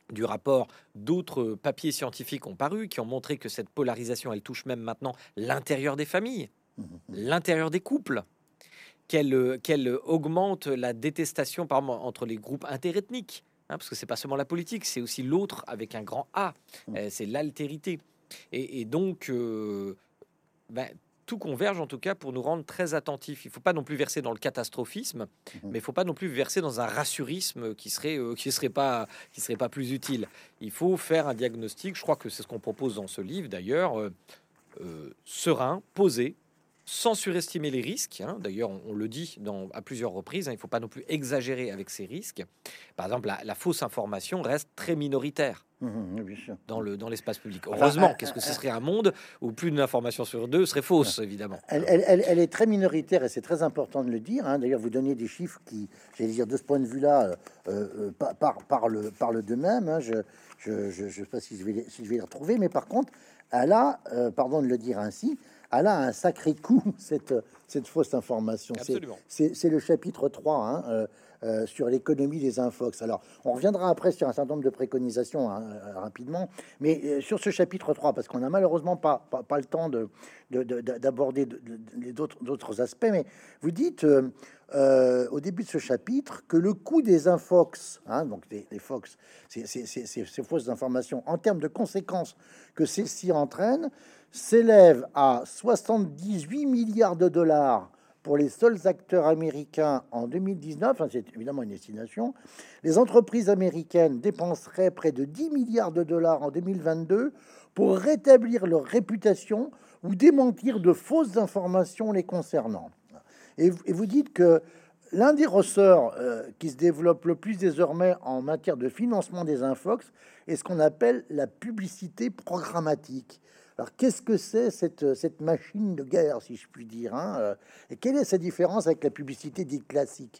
du rapport, d'autres papiers scientifiques ont paru qui ont montré que cette polarisation, elle touche même maintenant l'intérieur des familles, l'intérieur des couples, qu'elle euh, qu'elle augmente la détestation par exemple, entre les groupes interethniques, hein, parce que c'est pas seulement la politique, c'est aussi l'autre avec un grand A, euh, c'est l'altérité. Et, et donc, euh, ben, tout converge en tout cas pour nous rendre très attentifs. Il ne faut pas non plus verser dans le catastrophisme, mais il ne faut pas non plus verser dans un rassurisme qui serait euh, qui serait pas qui serait pas plus utile. Il faut faire un diagnostic. Je crois que c'est ce qu'on propose dans ce livre d'ailleurs, euh, euh, serein, posé, sans surestimer les risques, hein. D'ailleurs, on, on le dit dans, à plusieurs reprises, hein, il ne faut pas non plus exagérer avec ces risques. Par exemple, la, la fausse information reste très minoritaire Mmh, bien sûr. dans le dans l'espace public. Enfin, Heureusement, euh, qu'est-ce que ce euh, serait un monde où plus d'une information sur deux serait fausse, évidemment. Elle, elle- elle- elle est très minoritaire et c'est très important de le dire, hein. D'ailleurs, vous donniez des chiffres qui, j'allais dire, de ce point de vue-là, euh, euh, par, par, parlent, parlent d'eux-mêmes, hein. Je je, je, je sais pas si je vais les, si je vais les retrouver, mais par contre, elle a, euh, pardon de le dire ainsi, elle a un sacré coup, cette, cette fausse information. C'est Absolument. c'est- c'est le chapitre trois, hein, euh, euh, sur l'économie des infox. Alors, on reviendra après sur un certain nombre de préconisations, hein, euh, rapidement, mais euh, sur ce chapitre trois, parce qu'on n'a malheureusement pas, pas, pas le temps de, de- de- d'aborder de- de- de- d'autres d'autres aspects, mais vous dites euh, euh, au début de ce chapitre que le coût des infox, hein, donc des, des fox, ces, ces- ces- ces- ces fausses informations, en termes de conséquences que celles-ci entraînent, s'élève à soixante-dix-huit milliards de dollars pour les seuls acteurs américains en deux mille dix-neuf. Enfin, c'est évidemment une estimation. Les entreprises américaines dépenseraient près de dix milliards de dollars en deux mille vingt-deux pour rétablir leur réputation ou démentir de fausses informations les concernant. Et, et vous dites que l'un des ressorts euh, qui se développe le plus désormais en matière de financement des infox est ce qu'on appelle la publicité programmatique. Alors, qu'est-ce que c'est cette, cette machine de guerre, si je puis dire, hein, euh, et quelle est sa différence avec la publicité dite classique?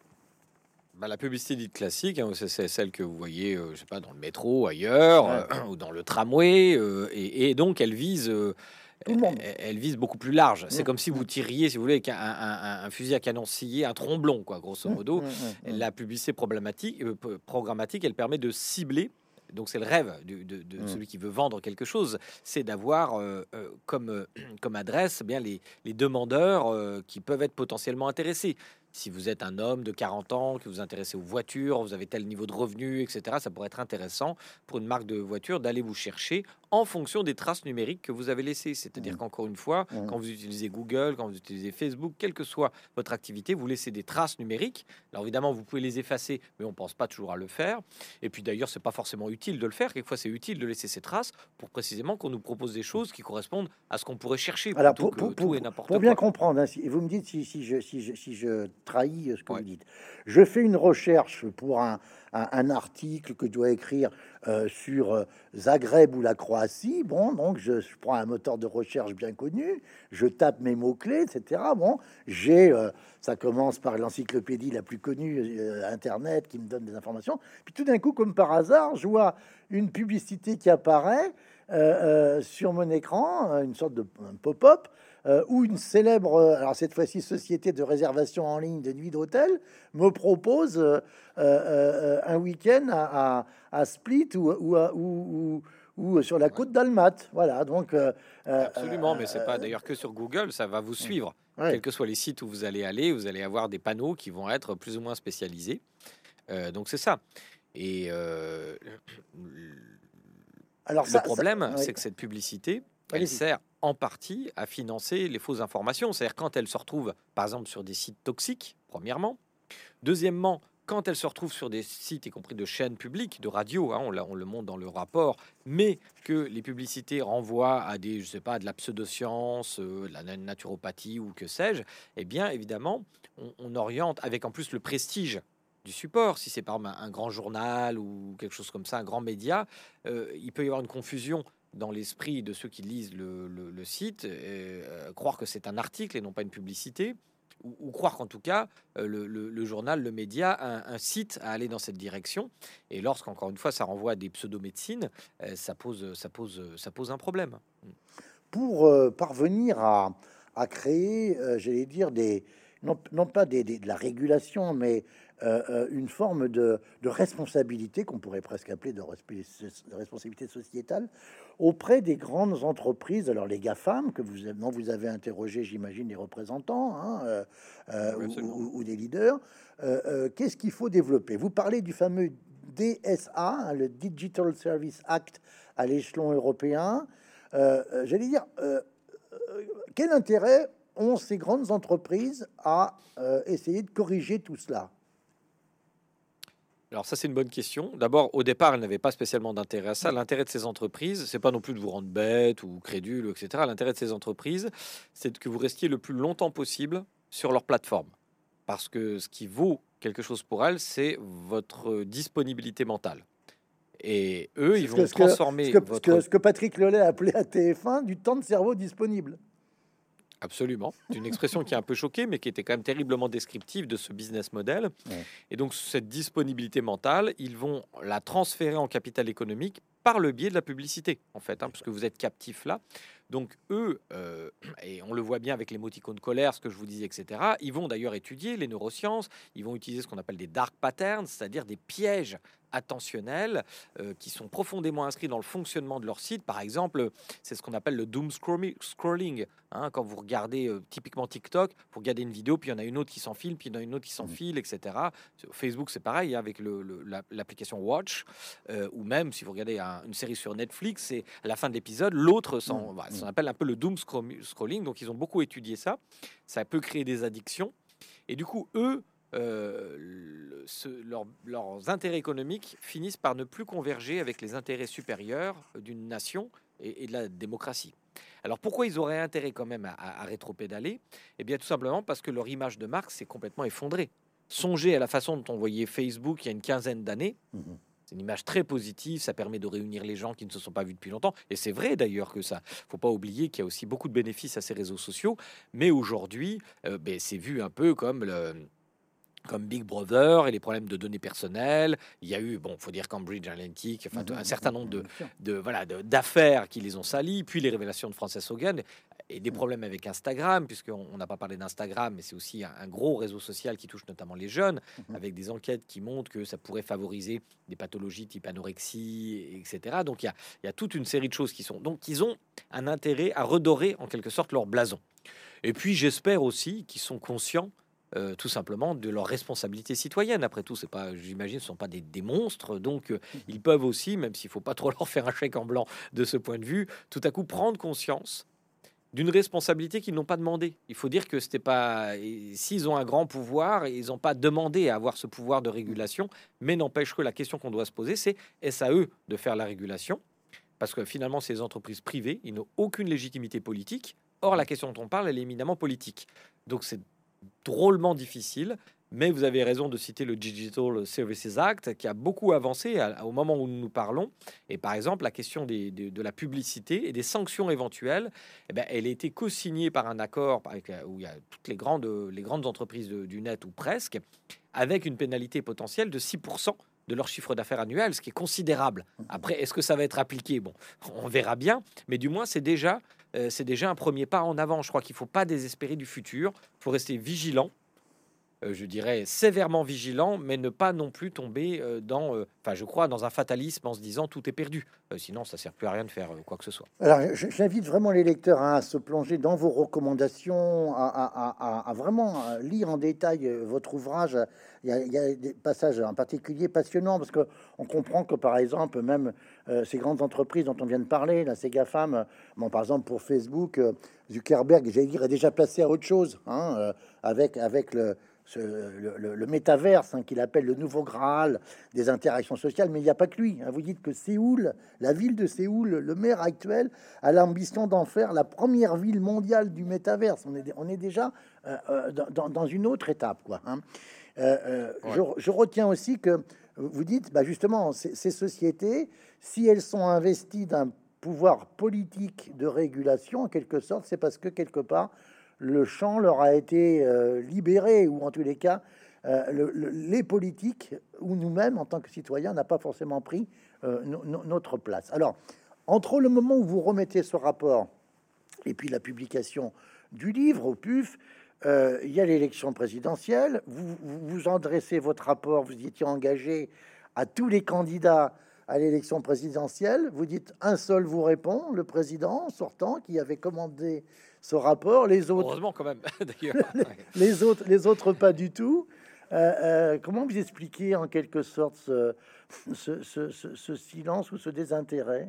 Bah, la publicité dite classique, hein, c'est c'est celle que vous voyez, euh, je sais pas, dans le métro, ailleurs, Ouais. euh, ou dans le tramway, euh, et, et donc elle vise, euh, Tout le monde. elle, elle vise beaucoup plus large. C'est Mmh, comme si vous mmh, tiriez, si vous voulez, avec un, un- un- un fusil à canon scié, un tromblon, quoi, grosso mmh, modo. mmh, mmh, mmh. La publicité problématique, euh, p- programmatique, elle permet de cibler. Donc c'est le rêve du- de, de Mmh. celui qui veut vendre quelque chose, c'est d'avoir euh, euh, comme, euh, comme adresse eh bien les, les demandeurs euh, qui peuvent être potentiellement intéressés. Si vous êtes un homme de quarante ans, que vous vous intéressez aux voitures, vous avez tel niveau de revenu, et cetera, ça pourrait être intéressant pour une marque de voiture d'aller vous chercher en fonction des traces numériques que vous avez laissées. C'est-à-dire Mmh. qu'encore une fois, Mmh. quand vous utilisez Google, quand vous utilisez Facebook, quelle que soit votre activité, vous laissez des traces numériques. Alors évidemment, vous pouvez les effacer, mais on pense pas toujours à le faire. Et puis d'ailleurs, c'est pas forcément utile de le faire. Quelquefois, c'est utile de laisser ces traces pour précisément qu'on nous propose des choses qui correspondent à ce qu'on pourrait chercher Alors, plutôt pour, que pour, tout pour, et n'importe pour bien quoi. comprendre, hein, si- et vous me dites si, si je, si, je, si je trahis euh, ce que Ouais. vous dites. Je fais une recherche pour un, un, un article que je dois écrire euh, sur euh, Zagreb ou la Croatie. Bon, donc je, je prends un moteur de recherche bien connu, je tape mes mots-clés, et cetera. Bon, j'ai, euh, ça commence par l'encyclopédie la plus connue, euh, Internet, qui me donne des informations. Puis tout d'un coup, comme par hasard, je vois une publicité qui apparaît euh, euh, sur mon écran, euh, une sorte de un pop-up, euh, où une célèbre, euh, alors cette fois-ci société de réservation en ligne de nuit d'hôtel, me propose euh, euh, euh, un week-end à, à- à Split ou, ou, à- ou- ou- ou sur la Ouais. côte d'Almat. Voilà, donc euh, euh, Absolument, mais c'est pas euh, d'ailleurs que sur Google, ça va vous suivre. ouais. Quels que soient les sites où vous allez aller, vous allez avoir des panneaux qui vont être plus ou moins spécialisés. Euh, donc c'est ça. Et euh, Alors le ça, ça- problème, ouais. c'est que cette publicité, elle Allez-y. sert en partie à financer les fausses informations. C'est-à-dire quand elle se retrouve, par exemple, sur des sites toxiques, premièrement. Deuxièmement, quand elle se retrouve sur des sites, y compris de chaînes publiques, de radio, hein, on, l'a- on le montre dans le rapport, mais que les publicités renvoient à des, je sais pas, de la pseudoscience, euh, de la na- naturopathie ou que sais-je, eh bien, évidemment, on, on oriente avec en plus le prestige du support. Si c'est par exemple un, un grand journal ou quelque chose comme ça, un grand média, euh, il peut y avoir une confusion dans l'esprit de ceux qui lisent le, le- le site, euh, croire que c'est un article et non pas une publicité, ou, ou croire qu'en tout cas, euh, le, le- le journal, le média, un, un site à aller dans cette direction. Et lorsqu'encore une fois, ça renvoie à des pseudomédecines, euh, ça, pose, ça, pose, ça pose un problème. Pour euh, parvenir à, à créer, euh, j'allais dire, des, non, non pas des, des- de la régulation, mais euh, euh, une forme de, de responsabilité, qu'on pourrait presque appeler de, de responsabilité sociétale, auprès des grandes entreprises, alors les GAFAM, que vous, dont vous avez interrogé, j'imagine, les représentants, hein, euh, euh, Oui, ou, absolument. ou- ou des leaders. Euh, euh, Qu'est-ce qu'il faut développer? Vous parlez du fameux D S A, hein, le Digital Service Act à l'échelon européen. Euh, euh, J'allais dire, euh, euh, quel intérêt ont ces grandes entreprises à euh, essayer de corriger tout cela? Alors ça, c'est une bonne question. D'abord, au départ, elles n'avaient pas spécialement d'intérêt à ça. L'intérêt de ces entreprises, c'est pas non plus de vous rendre bête ou crédule, et cetera. L'intérêt de ces entreprises, c'est que vous restiez le plus longtemps possible sur leur plateforme. Parce que ce qui vaut quelque chose pour elles, c'est votre disponibilité mentale. Et eux, C'est ils ce que, vont ce, que, ce, transformer que, ce, que, votre... ce que Patrick Lelay appelait à T F un du temps de cerveau disponible. Absolument. C'est une expression qui a un peu choqué, mais qui était quand même terriblement descriptive de ce business model. Ouais. Et donc, cette disponibilité mentale, ils vont la transférer en capital économique par le biais de la publicité, en fait, hein, puisque vous êtes captif là. Donc, eux, euh, et on le voit bien avec l'émoticône colère, ce que je vous disais, et cetera, ils vont d'ailleurs étudier les neurosciences, ils vont utiliser ce qu'on appelle des dark patterns, c'est-à-dire des pièges attentionnels euh, qui sont profondément inscrits dans le fonctionnement de leur site. Par exemple, c'est ce qu'on appelle le doom scrolli- scrolling. Hein, quand vous regardez euh, typiquement TikTok, vous regardez une vidéo, puis il y en a une autre qui s'enfile, puis il y en a une autre qui s'enfile, et cetera. Sur Facebook, c'est pareil hein, avec le- le- la- l'application Watch, euh, ou même si vous regardez un- une série sur Netflix, c'est à la fin de l'épisode, l'autre s'en Mmh, voilà, mmh. ça s'appelle un peu le doom scro- scrolling. Donc ils ont beaucoup étudié ça. Ça peut créer des addictions. Et du coup, eux, euh, le- ce- leur- leurs intérêts économiques finissent par ne plus converger avec les intérêts supérieurs d'une nation et, et de la démocratie. Alors pourquoi ils auraient intérêt quand même à, à- à rétropédaler? Eh bien tout simplement parce que leur image de marque s'est complètement effondrée. Songez à la façon dont on voyait Facebook il y a une quinzaine d'années. Mhm. C'est une image très positive, ça permet de réunir les gens qui ne se sont pas vus depuis longtemps. Et c'est vrai d'ailleurs que ça. Faut pas oublier qu'il y a aussi beaucoup de bénéfices à ces réseaux sociaux. Mais aujourd'hui, euh, ben, c'est vu un peu comme le, comme Big Brother et les problèmes de données personnelles. Il y a eu, bon, faut dire Cambridge Analytica, enfin Mhm, un certain mhm, nombre mhm, de, bien sûr. de voilà de- d'affaires qui les ont salis, puis les révélations de Frances Hogan et des Mhm. problèmes avec Instagram, puisqu'on on n'a pas parlé d'Instagram, mais c'est aussi un, un gros réseau social qui touche notamment les jeunes, Mhm. avec des enquêtes qui montrent que ça pourrait favoriser des pathologies type anorexie, et cetera. Donc il y a, il y a toute une série de choses qui sont. Donc ils ont un intérêt à redorer en quelque sorte leur blason. Et puis j'espère aussi qu'ils sont conscients euh, tout simplement de leur responsabilité citoyenne. Après tout, c'est pas, j'imagine, ce sont pas des, des monstres, donc euh, ils peuvent aussi, même s'il faut pas trop leur faire un chèque en blanc de ce point de vue, tout à coup prendre conscience d'une responsabilité qu'ils n'ont pas demandé. Il faut dire que c'était pas, et s'ils ont un grand pouvoir, ils n'ont pas demandé à avoir ce pouvoir de régulation, mais n'empêche que la question qu'on doit se poser, c'est est-ce à eux de faire la régulation? Parce que finalement, ces entreprises privées, ils n'ont aucune légitimité politique. Or, la question dont on parle, elle est éminemment politique. Donc, c'est drôlement difficile. Mais vous avez raison de citer le Digital Services Act, qui a beaucoup avancé à- au moment où nous nous parlons. Et par exemple, la question des- de, de la publicité et des sanctions éventuelles, eh ben, elle a été co-signée par un accord avec, euh, où il y a toutes les grandes, les grandes entreprises de- du net, ou presque, avec une pénalité potentielle de six pour cent de leur chiffre d'affaires annuel, ce qui est considérable. Après, est-ce que ça va être appliqué? Bon, on verra bien, mais du moins, c'est déjà, euh, c'est déjà un premier pas en avant. Je crois qu'il ne faut pas désespérer du futur, il faut rester vigilant, euh, je dirais sévèrement vigilant, mais ne pas non plus tomber euh, dans, euh, enfin, je crois, dans un fatalisme en se disant tout est perdu. Euh, sinon, ça sert plus à rien de faire euh, quoi que ce soit. Alors, je- j'invite vraiment les lecteurs hein, à se plonger dans vos recommandations, à, à- à- à vraiment euh, lire en détail euh, votre ouvrage. Il y a, il y a des passages en particulier passionnants parce que on comprend que, par exemple, même euh, ces grandes entreprises dont on vient de parler, là, ces GAFAM, euh, bon, par exemple pour Facebook, euh, Zuckerberg, j'allais dire, est déjà placé à autre chose hein, euh, avec, avec le, ce- le, le- le métaverse hein, qu'il appelle le nouveau Graal des interactions sociales. Mais il n'y a pas que lui. hein. Vous dites que Séoul, la ville de Séoul, le maire actuel, a l'ambition d'en faire la première ville mondiale du métaverse. On est, on est déjà euh, euh, dans, dans- dans une autre étape, quoi. hein. Euh, euh, Ouais. je, je retiens aussi que vous dites, bah justement, ces, ces sociétés, si elles sont investies d'un pouvoir politique de régulation, en quelque sorte, c'est parce que quelque part, le champ leur a été euh, libéré, ou en tous les cas, euh, le- le- les politiques, ou nous-mêmes, en tant que citoyens, n'a pas forcément pris euh, no- no- notre place. Alors, entre le moment où vous remettez ce rapport et puis la publication du livre au P U F, euh, il y a l'élection présidentielle. Vous, vous vous en dressez votre rapport. Vous y étiez engagé à tous les candidats à l'élection présidentielle. Vous dites un seul vous répond, le président sortant qui avait commandé ce rapport. Les autres, Heureusement quand même, d'ailleurs. les, les autres, les autres pas du tout. Euh, euh, comment vous expliquez en quelque sorte ce, ce, ce, ce- ce silence ou ce désintérêt?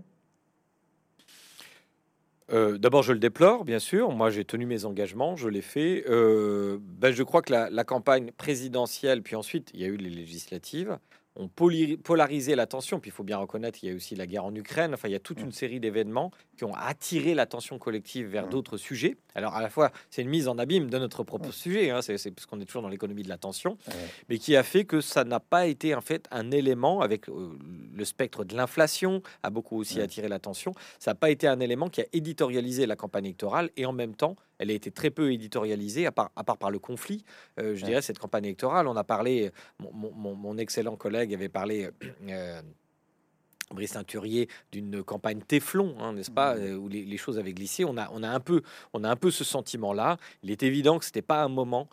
Euh, D'abord, je le déplore, bien sûr. Moi, j'ai tenu mes engagements, je l'ai fait. Euh, ben, je crois que la, la campagne présidentielle, puis ensuite, il y a eu les législatives, ont poli- polarisé l'attention. Puis il faut bien reconnaître qu'il y a aussi la guerre en Ukraine. Enfin, il y a toute une série d'événements qui ont attiré l'attention collective vers d'autres sujets. Alors, à la fois, c'est une mise en abîme de notre propre sujet, hein, c'est c'est parce qu'on est toujours dans l'économie de l'attention, Ouais. mais qui a fait que ça n'a pas été en fait un élément avec euh, le spectre de l'inflation a beaucoup aussi Ouais. attiré l'attention. Ça n'a pas été un élément qui a éditorialisé la campagne électorale et en même temps, elle a été très peu éditorialisée à part, à part par le conflit. Euh, je Ouais. dirais cette campagne électorale, on a parlé, mon, mon- mon- mon excellent collègue avait parlé. euh, Brice Teinturier d'une campagne Téflon, hein, n'est-ce pas, euh, où les, les choses avaient glissé. On a, on a un peu, on a un peu ce sentiment-là. Il est évident que c'était pas un moment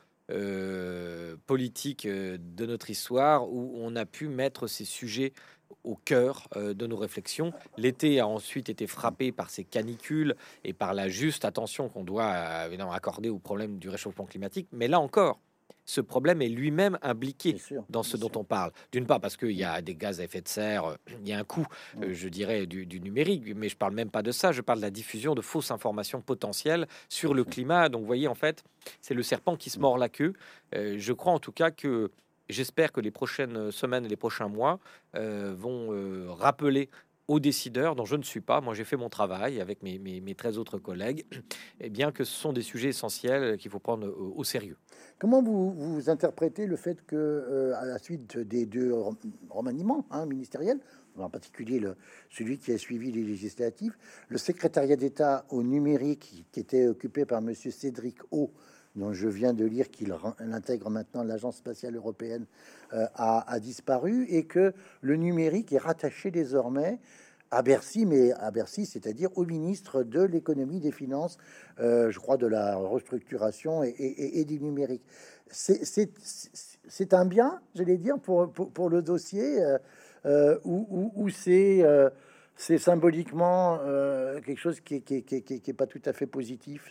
euh, politique euh, de notre histoire où on a pu mettre ces sujets au cœur euh, de nos réflexions. L'été a ensuite été frappé par ces canicules et par la juste attention qu'on doit euh, évidemment accorder au problème du réchauffement climatique. Mais là encore, ce problème est lui-même impliqué Bien sûr, dans ce bien dont sûr. on parle. D'une part parce qu'il y a des gaz à effet de serre, euh, il y a un coût, Mm. euh, je dirais, du, du numérique, mais je parle même pas de ça, je parle de la diffusion de fausses informations potentielles sur le climat. Donc vous voyez, en fait, c'est le serpent qui se mord la queue. Euh, je crois en tout cas que, j'espère que les prochaines semaines et les prochains mois euh, vont euh, rappeler aux décideurs, dont je ne suis pas, moi j'ai fait mon travail avec mes, mes, mes treize autres collègues, et bien que ce sont des sujets essentiels qu'il faut prendre au, au sérieux. Comment vous, vous interprétez le fait que, euh, à la suite des deux rem- remaniements hein, ministériels, en particulier le, celui qui a suivi les législatives, le secrétariat d'État au numérique qui était occupé par Monsieur Cédric O, dont je viens de lire qu'il ren- intègre maintenant l'Agence spatiale européenne, euh, a, a disparu et que le numérique est rattaché désormais à Bercy, mais à Bercy, c'est-à-dire au ministre de l'économie, des finances, euh, je crois de la restructuration et, et- et du numérique. C'est c'est- c'est- c'est un bien, j'allais dire, pour, pour, pour le dossier, euh, euh, ou, ou- ou c'est euh, c'est symboliquement euh, quelque chose qui n'est qui, est- qui, est- qui est- qui est pas tout à fait positif.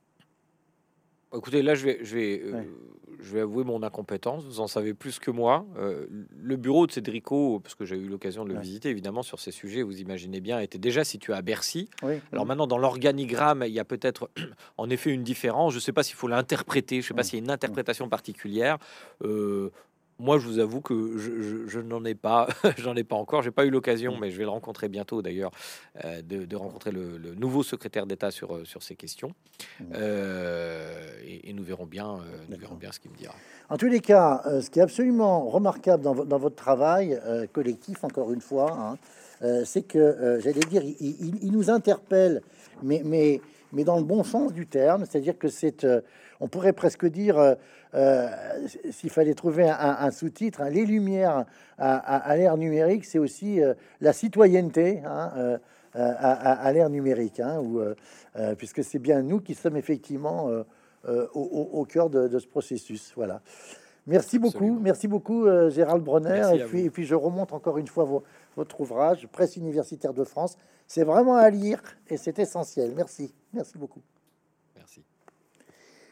Écoutez, là, je vais, je vais, euh, Ouais. je vais avouer mon incompétence. Vous en savez plus que moi. Euh, le bureau de Cédrico, parce que j'ai eu l'occasion de le Ouais. visiter, évidemment, sur ces sujets, vous imaginez bien, était déjà situé à Bercy. Oui, Alors oui. maintenant, dans l'organigramme, il y a peut-être en effet une différence. Je ne sais pas s'il faut l'interpréter. Je ne sais pas Mm, s'il y a une interprétation particulière. Euh, Moi, je vous avoue que je, je- je n'en ai pas, j'en ai pas encore. J'ai pas eu l'occasion, mm, mais je vais le rencontrer bientôt d'ailleurs, euh, de, de rencontrer le, le nouveau secrétaire d'État sur, euh, sur ces questions. mm. Euh, et, et nous verrons bien, euh, nous D'accord. verrons bien ce qu'il me dira. En tous les cas, euh, ce qui est absolument remarquable dans, vo- dans votre travail euh, collectif, encore une fois, hein, euh, c'est que, euh, j'allais dire, il, il- il nous interpelle, mais, mais, mais dans le bon sens du terme, c'est-à-dire que c'est, euh, on pourrait presque dire, euh, euh, s'il fallait trouver un, un sous-titre, hein, les lumières à, à- à l'ère numérique, c'est aussi euh, la citoyenneté hein, euh, à, à- à l'ère numérique, hein, où, euh, euh, puisque c'est bien nous qui sommes effectivement euh, euh, au, au- au cœur de, de ce processus. Voilà. Merci beaucoup, Absolument. merci beaucoup euh, Gérald Bronner. Merci Et à puis, vous. et puis je remonte encore une fois vo- votre ouvrage, Presse universitaire de France. C'est vraiment à lire et c'est essentiel. Merci, merci beaucoup.